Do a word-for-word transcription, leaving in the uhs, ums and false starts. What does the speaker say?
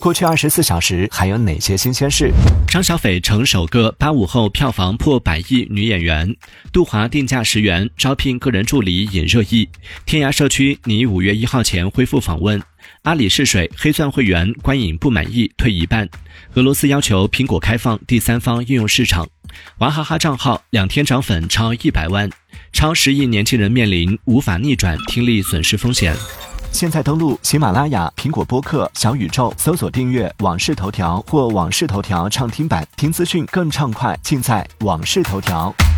过去二十四小时还有哪些新鲜事？ 张小斐成首个八五后票房破百亿女演员，杜华定价十元招聘个人助理引热议，天涯社区拟五月一号前恢复访问，阿里试水黑钻会员观影不满意退一半，俄罗斯要求苹果开放第三方应用市场，娃哈哈账号两天涨粉超一百万，超十亿年轻人面临无法逆转听力损失风险。 现在登录喜马拉雅、苹果播客、小宇宙，搜索订阅网视头条或网视头条畅听版，听资讯更畅快，尽在网视头条。